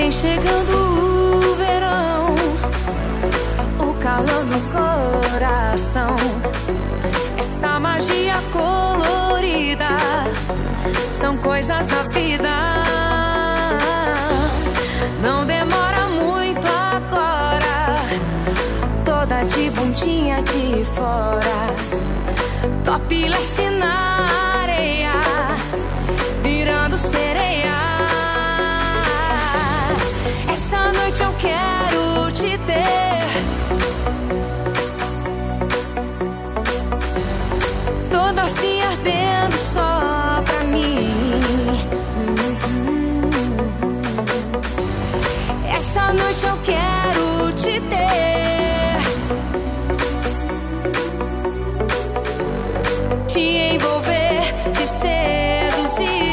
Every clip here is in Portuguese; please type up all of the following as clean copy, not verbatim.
Vem chegando o verão, o calor no coração, essa magia colorida, são coisas da vida. Não demora muito agora, toda de bundinha de fora, topless na areia, virando sereia. Essa noite eu quero te ter, toda se ardendo só pra mim. Essa noite eu quero te ter, te envolver, te seduzir.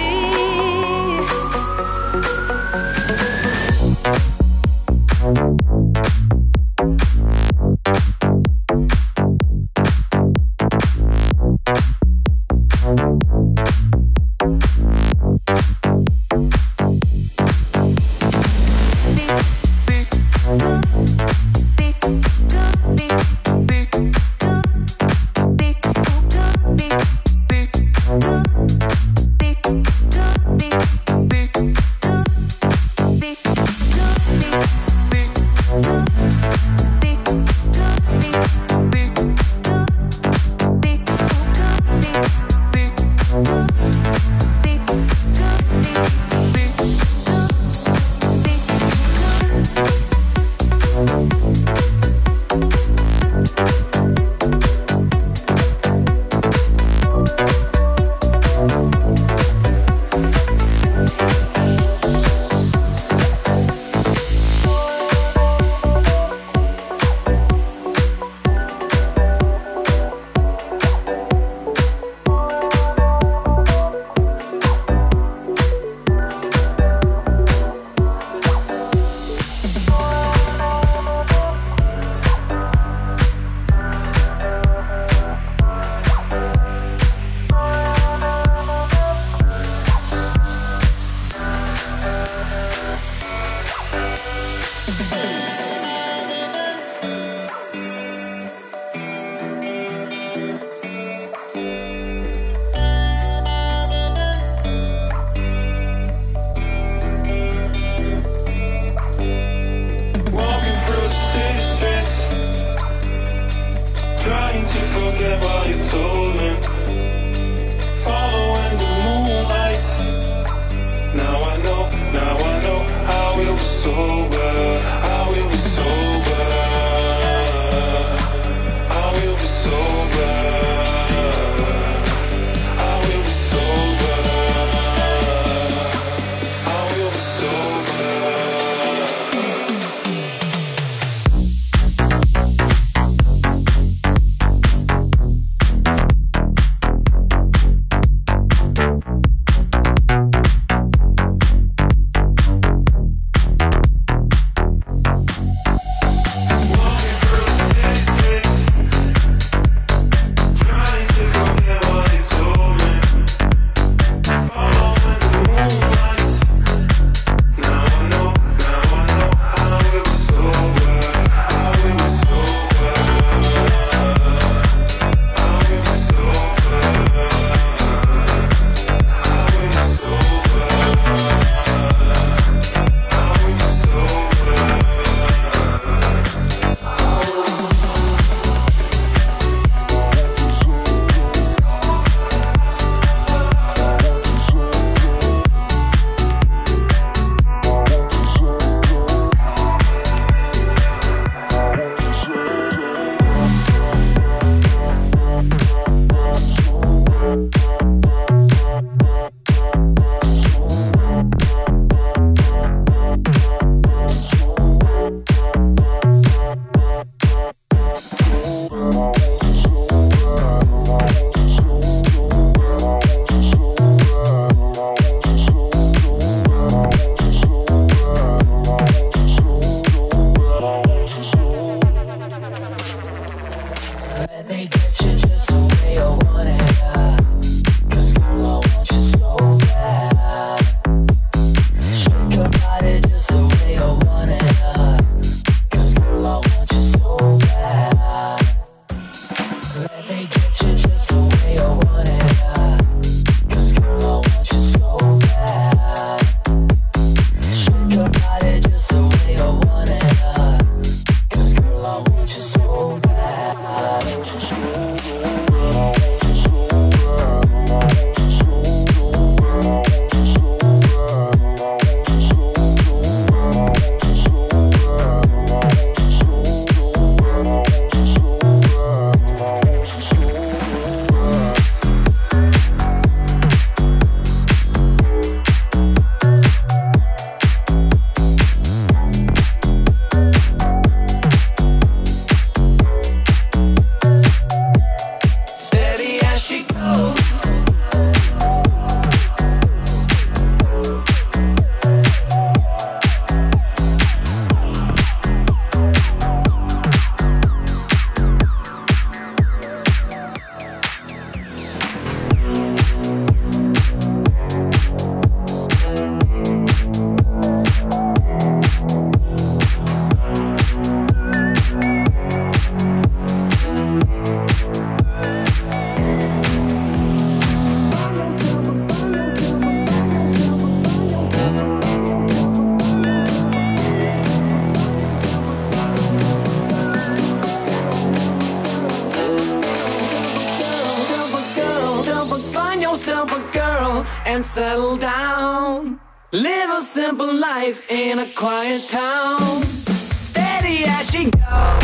and settle down. Live a simple life in a quiet town. Steady as she goes.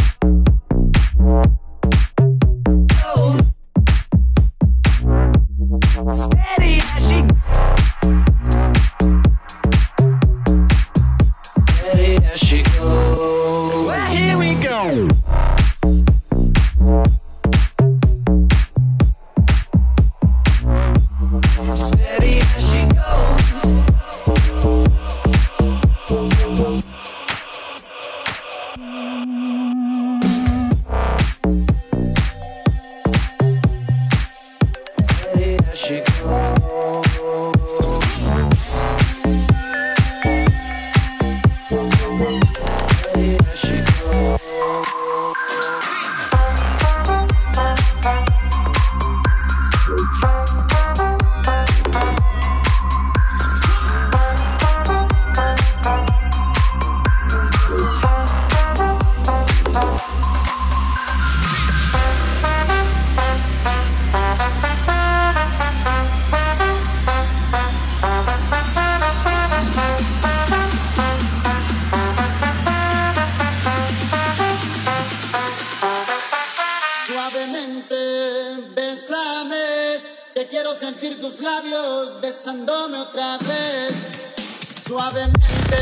Steady as she steady as she goes. Well, here we go. Steady as she goes. Steady as she goes. Steady as she goes. Suavemente, bésame, que quiero sentir tus labios besándome otra vez. Suavemente,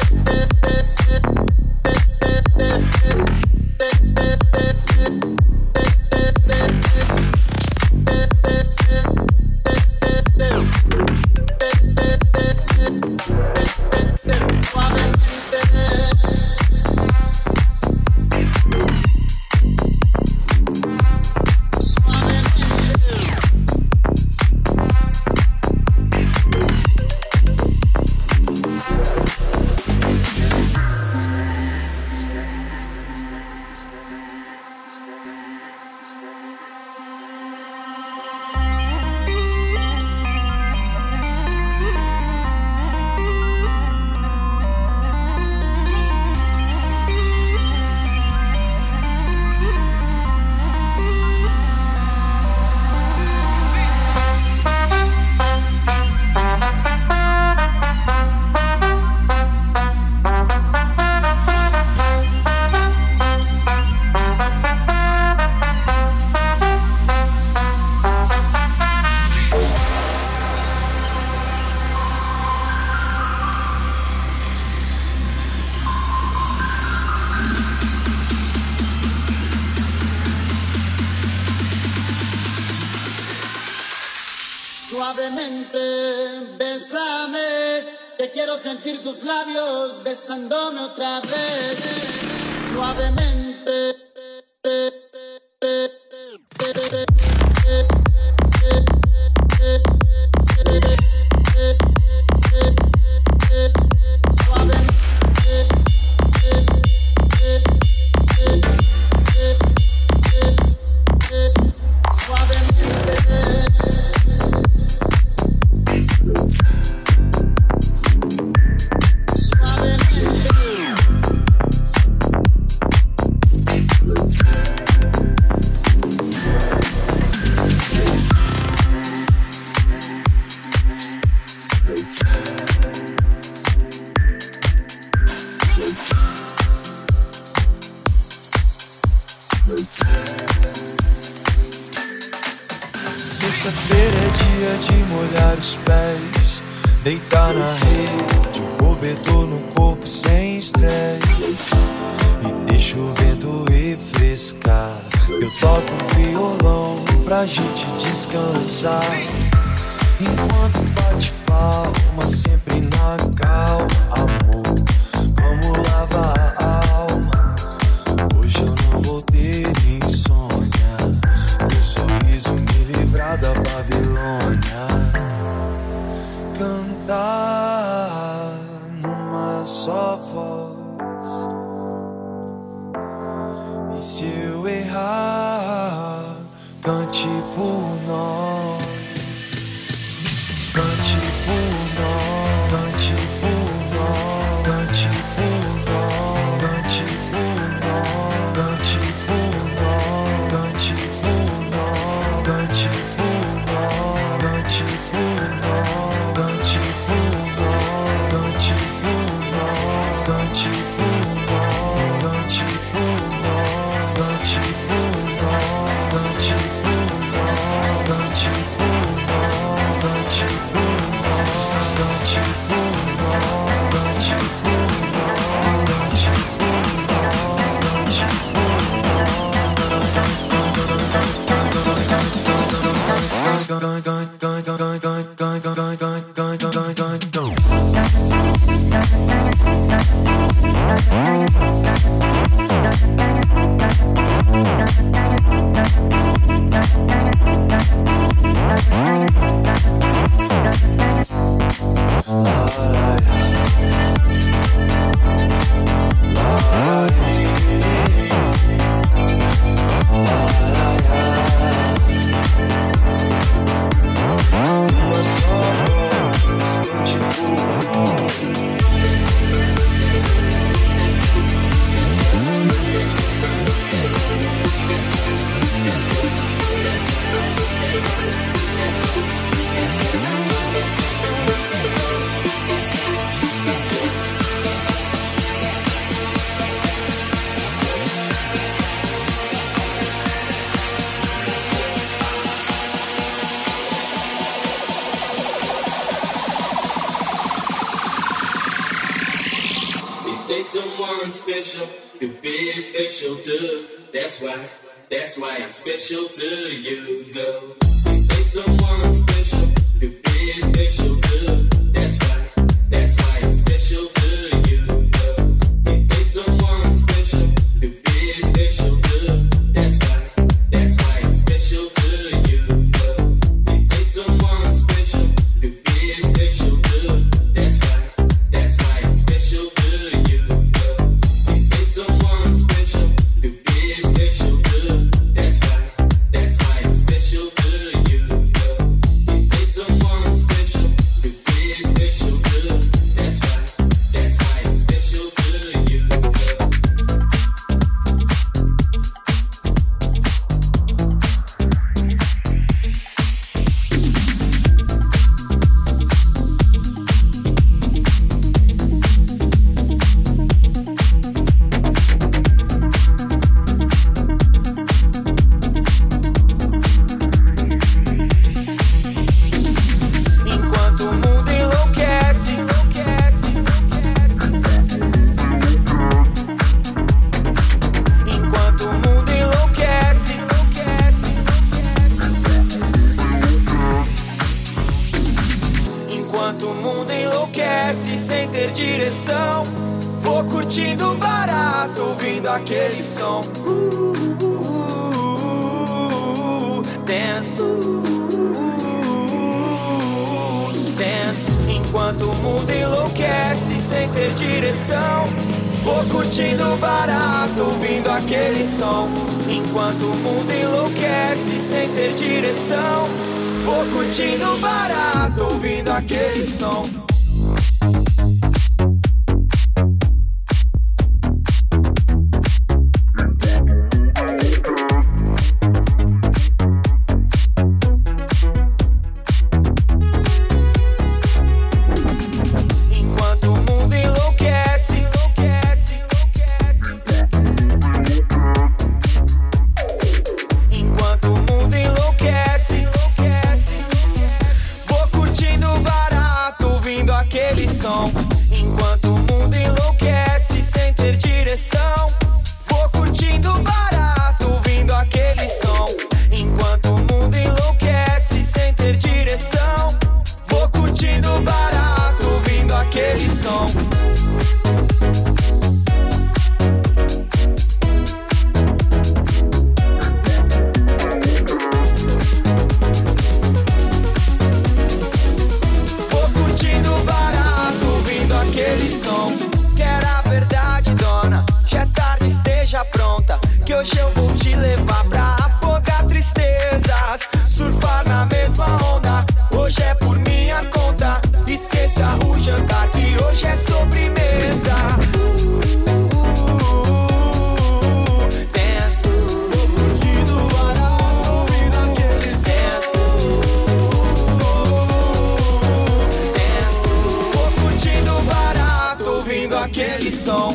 suavemente, bésame, que quiero sentir tus labios besándome otra vez. Suavemente. Sexta-feira é dia de molhar os pés, deitar na rede, um cobertor no corpo sem estresse, e deixa o vento refrescar. Eu toco violão pra gente descansar, enquanto bate palma sempre na calma. Amor, vamos lavar a alma, hoje eu não vou ter insônia, meu sorriso me livrar da Babilônia. Cantar numa só voz, e se eu errar, cante por nós, cante por nós, cante por nós, cante por nós, cante por nós, cante por nós, cante por nós, cante por nós, cante por nós, cante. Special to be special too. That's why I'm special to you, girl. You take someone special to be special too. That's why I'm special to you, girl. You take someone special to be special too. That's why I'm special to you, girl. You take someone special to be special too. That's why I'm special to you. Someone special to be special too. That's why I'm special to you, girl. You take someone special to be special too. That's why I'm special to you, girl. Sem ter direção, vou curtindo barato, ouvindo aquele som. Dance, dance. Enquanto o mundo enlouquece, sem ter direção, vou curtindo barato, ouvindo aquele som. Enquanto o mundo enlouquece, sem ter direção, vou curtindo barato, ouvindo aquele som. Enquanto o mundo enlouquece sem ter direção, vou curtindo barato, ouvindo aquele som. Enquanto o mundo enlouquece sem ter direção, vou curtindo barato, ouvindo aquele som. Pronta, que hoje eu vou te levar pra afogar tristezas, surfar na mesma onda. Hoje é por minha conta, esqueça o jantar que hoje é sobremesa. Dance, vou curtindo barato, ouvindo aquele dance. Dance, vou curtindo barato, ouvindo aquele aquele som.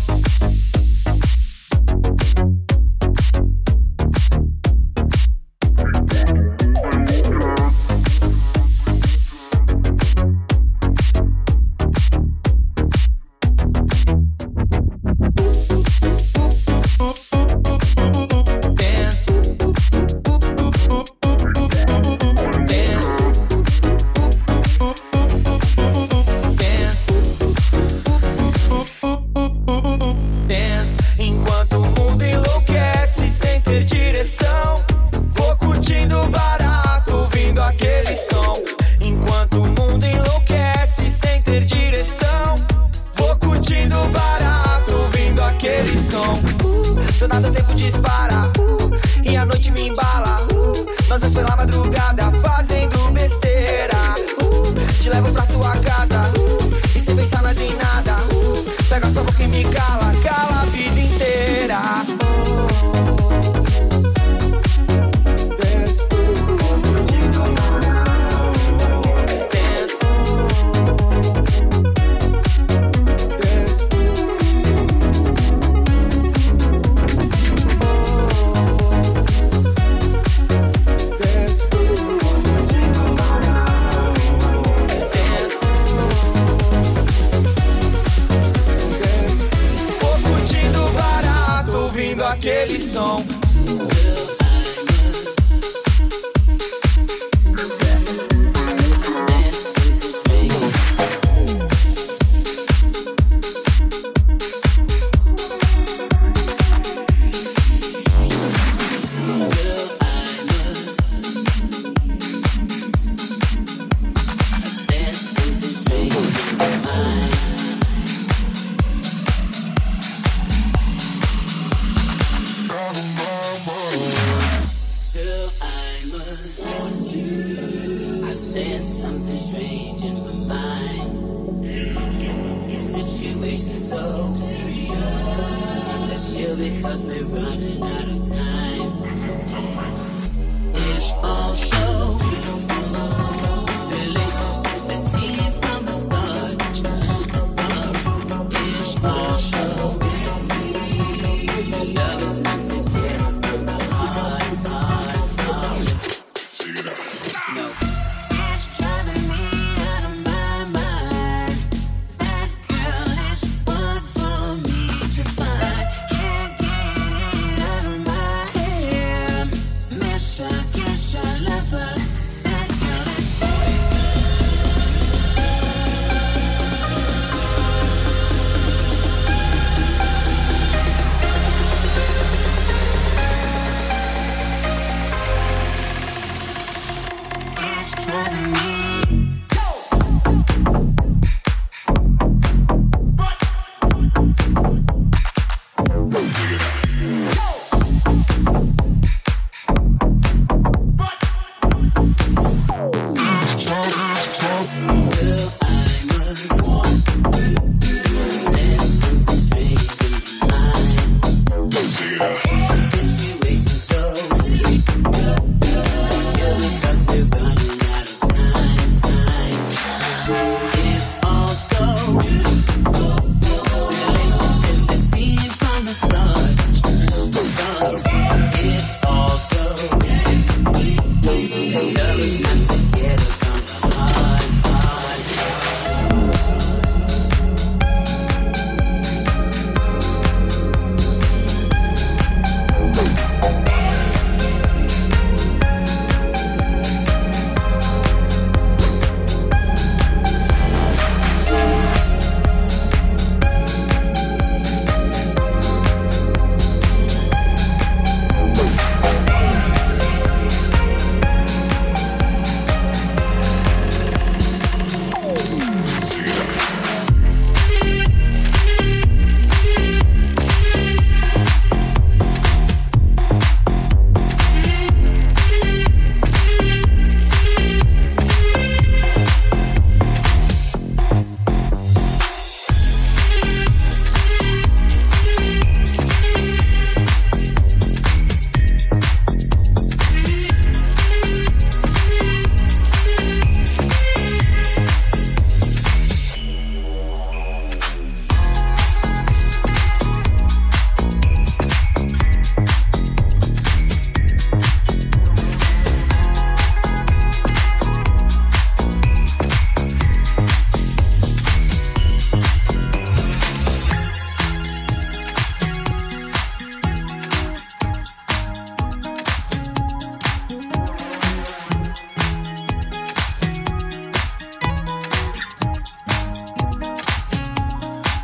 Enquanto o mundo enlouquece sem ter direção, vou curtindo barato, ouvindo aquele som. Enquanto o mundo enlouquece sem ter direção, vou curtindo barato, ouvindo aquele som. Do nada o tempo dispara, e a noite me embala. Nós dois pela madrugada fazendo besteira. Te levo pra sua casa, e sem pensar mais em nada. Pega sua boca e me cala, cala a vida inteira. Aquele som. Something strange in my mind. Situation so let's chill because we're running out of time. It's all show. Relationships that seem from the start. It's all show. The love is not together from the heart. No. Man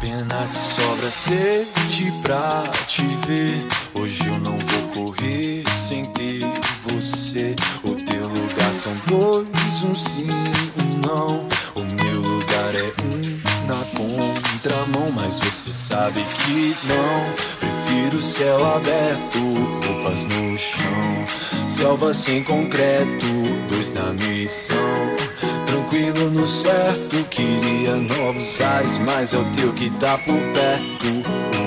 pena que sobra sede pra te ver. Hoje eu não vou correr sem ter você. O teu lugar são dois, um sim, um não. O meu lugar é na contramão, mas você sabe que não. Prefiro céu aberto, roupas no chão, selva sem concreto, dois na missão. Tranquilo no certo, queria novos ares, mas é o teu que tá por perto.